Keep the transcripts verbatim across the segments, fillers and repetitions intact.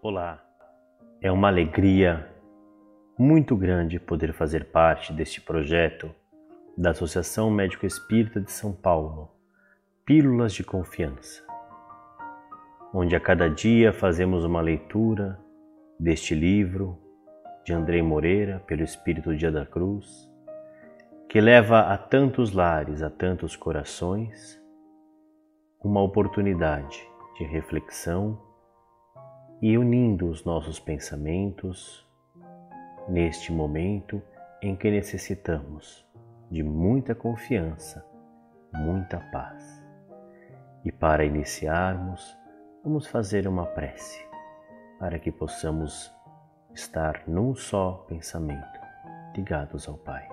Olá, é uma alegria muito grande poder fazer parte deste projeto da Associação Médico Espírita de São Paulo, Pílulas de Confiança, onde a cada dia fazemos uma leitura deste livro de Andrei Moreira, pelo Espírito Dia da Cruz, que leva a tantos lares, a tantos corações, uma oportunidade de reflexão e unindo os nossos pensamentos neste momento em que necessitamos de muita confiança, muita paz. E para iniciarmos, vamos fazer uma prece para que possamos estar num só pensamento, ligados ao Pai.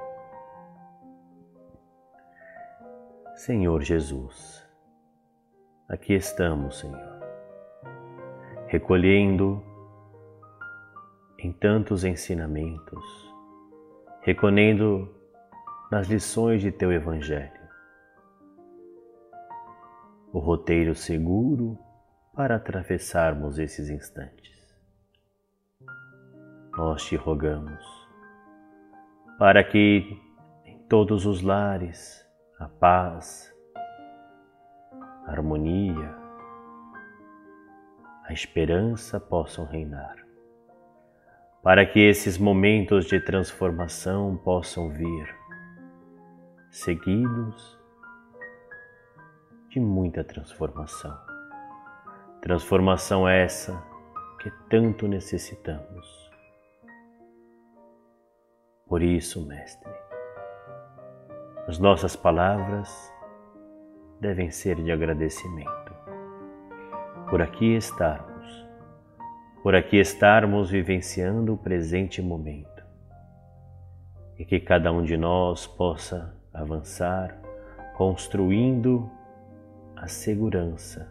Senhor Jesus, aqui estamos, Senhor, recolhendo em tantos ensinamentos, recolhendo nas lições de Teu Evangelho, o roteiro seguro para atravessarmos esses instantes. Nós Te rogamos para que em todos os lares a paz, a harmonia, a esperança possam reinar, para que esses momentos de transformação possam vir, seguidos de muita transformação. Transformação essa que tanto necessitamos. Por isso, Mestre, as nossas palavras devem ser de agradecimento. Por aqui estarmos, por aqui estarmos vivenciando o presente momento, e que cada um de nós possa avançar construindo a segurança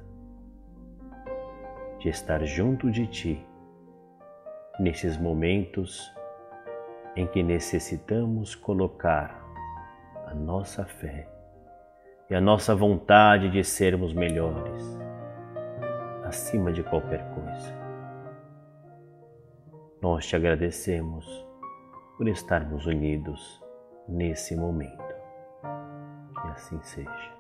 de estar junto de Ti nesses momentos em que necessitamos colocar a nossa fé e a nossa vontade de sermos melhores acima de qualquer coisa. Nós Te agradecemos por estarmos unidos nesse momento. Que assim seja.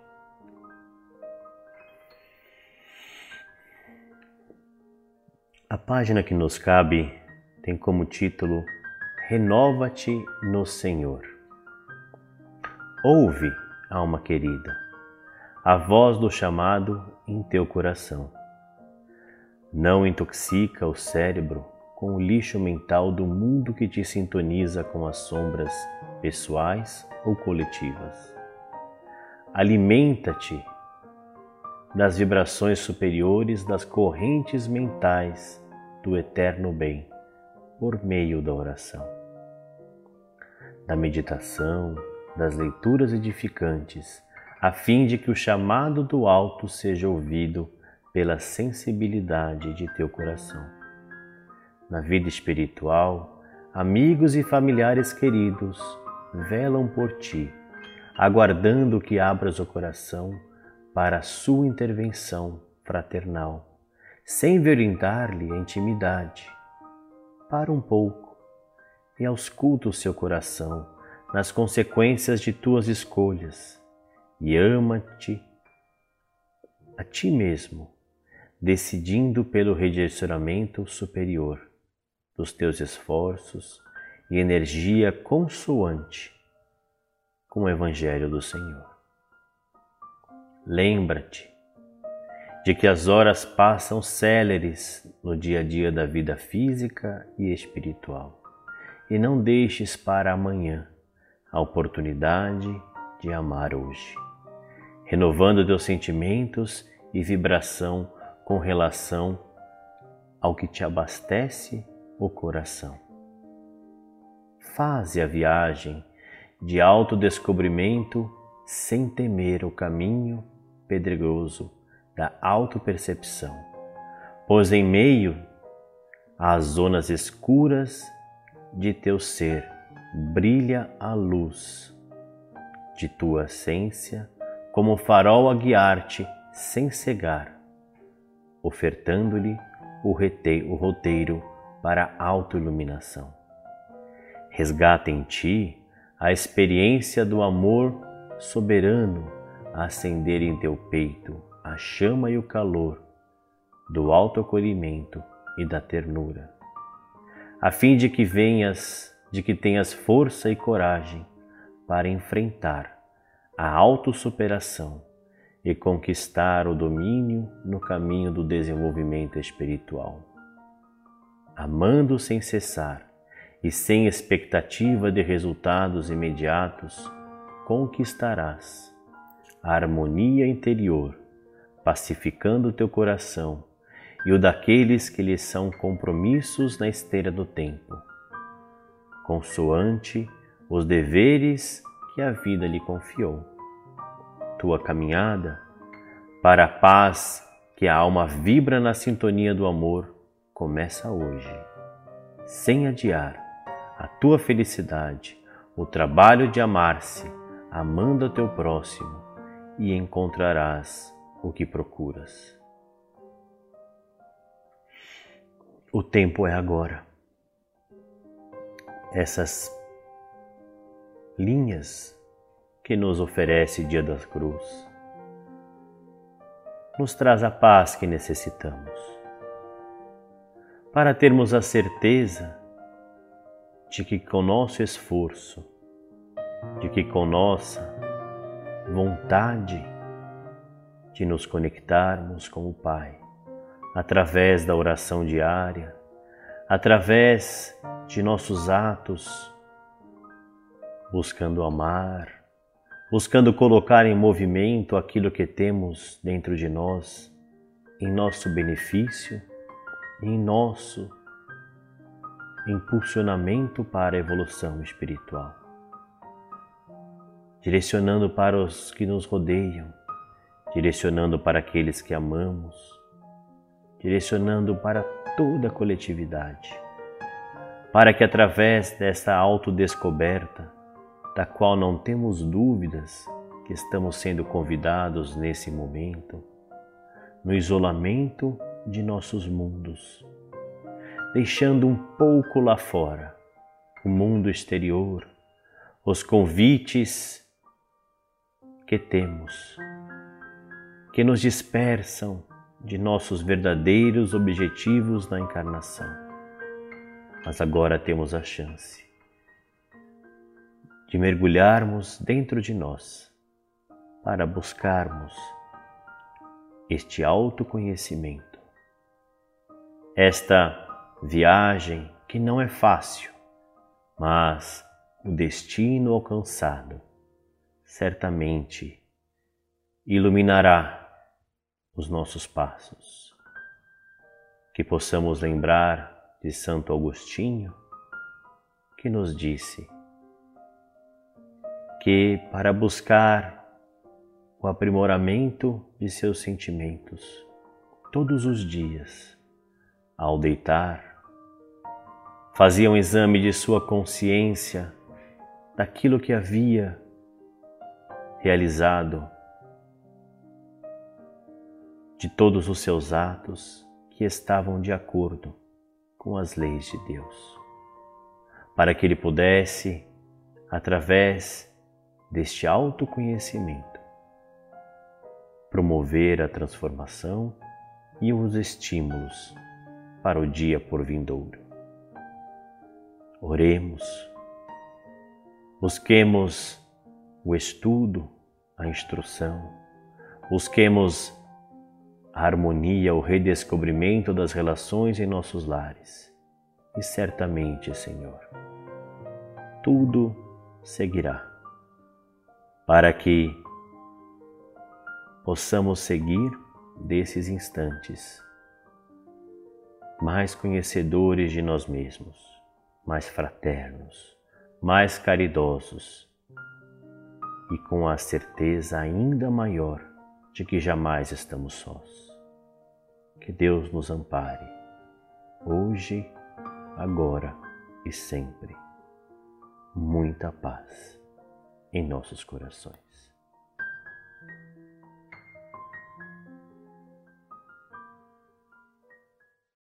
A página que nos cabe tem como título Renova-te no Senhor. Ouve, alma querida, a voz do chamado em teu coração. Não intoxica o cérebro com o lixo mental do mundo que te sintoniza com as sombras pessoais ou coletivas. Alimenta-te das vibrações superiores das correntes mentais do eterno bem por meio da oração, da meditação, das leituras edificantes, a fim de que o chamado do alto seja ouvido pela sensibilidade de teu coração. Na vida espiritual, amigos e familiares queridos velam por ti, aguardando que abras o coração para a sua intervenção fraternal, sem violentar-lhe a intimidade. Para um pouco e ausculta o seu coração nas consequências de tuas escolhas e ama-te a ti mesmo, decidindo pelo redirecionamento superior dos teus esforços e energia consoante com o Evangelho do Senhor. Lembra-te de que as horas passam céleres no dia a dia da vida física e espiritual, e não deixes para amanhã a oportunidade de amar hoje, renovando teus sentimentos e vibração com relação ao que te abastece o coração. Faze a viagem de autodescobrimento sem temer o caminho pedregoso da autopercepção, pois em meio às zonas escuras de teu ser brilha a luz de tua essência como farol a guiar-te sem cegar, ofertando-lhe o, rete- o roteiro para a autoiluminação. Resgata em ti a experiência do amor soberano a acender em teu peito a chama e o calor do autoacolhimento e da ternura, a fim de que venhas, de que tenhas força e coragem para enfrentar a autossuperação e conquistar o domínio no caminho do desenvolvimento espiritual. Amando sem cessar e sem expectativa de resultados imediatos, conquistarás a harmonia interior, pacificando teu coração e o daqueles que lhes são compromissos na esteira do tempo, consoante os deveres que a vida lhe confiou. Tua caminhada para a paz que a alma vibra na sintonia do amor começa hoje, sem adiar a tua felicidade, o trabalho de amar-se, amando a teu próximo, e encontrarás o que procuras. O tempo é agora. Essas linhas que nos oferece Dia da Cruz nos traz a paz que necessitamos, para termos a certeza de que com nosso esforço, de que com nossa vontade de nos conectarmos com o Pai, através da oração diária, através de nossos atos, buscando amar, buscando colocar em movimento aquilo que temos dentro de nós, em nosso benefício, em nosso impulsionamento para a evolução espiritual, direcionando para os que nos rodeiam, direcionando para aqueles que amamos, direcionando para toda a coletividade, para que através desta autodescoberta, da qual não temos dúvidas que estamos sendo convidados nesse momento, no isolamento de nossos mundos, deixando um pouco lá fora o mundo exterior, os convites que temos, que nos dispersam de nossos verdadeiros objetivos na encarnação. Mas agora temos a chance de mergulharmos dentro de nós para buscarmos este autoconhecimento, esta viagem que não é fácil, mas o destino alcançado certamente iluminará os nossos passos. Que possamos lembrar de Santo Agostinho, que nos disse que para buscar o aprimoramento de seus sentimentos todos os dias, ao deitar, fazia um exame de sua consciência daquilo que havia realizado, de todos os seus atos que estavam de acordo com as leis de Deus, para que ele pudesse, através deste autoconhecimento, promover a transformação e os estímulos para o dia por vindouro. Oremos, busquemos o estudo, a instrução, busquemos a harmonia, o redescobrimento das relações em nossos lares. E certamente, Senhor, tudo seguirá, para que possamos seguir desses instantes mais conhecedores de nós mesmos, mais fraternos, mais caridosos e com a certeza ainda maior de que jamais estamos sós. Que Deus nos ampare, hoje, agora e sempre. Muita paz em nossos corações.